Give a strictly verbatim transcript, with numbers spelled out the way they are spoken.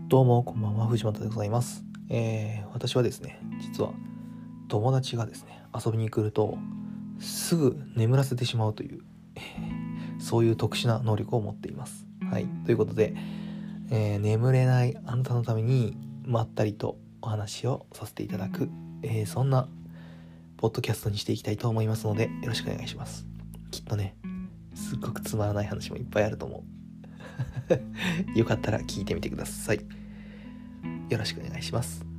どうもこんばんは、藤本でございます。えー、私はですね、実は友達がですね遊びに来るとすぐ眠らせてしまうという、えー、そういう特殊な能力を持っています。はい、ということで、えー、眠れないあなたのためにまったりとお話をさせていただく、えー、そんなポッドキャストにしていきたいと思いますので、よろしくお願いします。きっとね、すっごくつまらない話もいっぱいあると思うよかったら聞いてみてください。よろしくお願いします。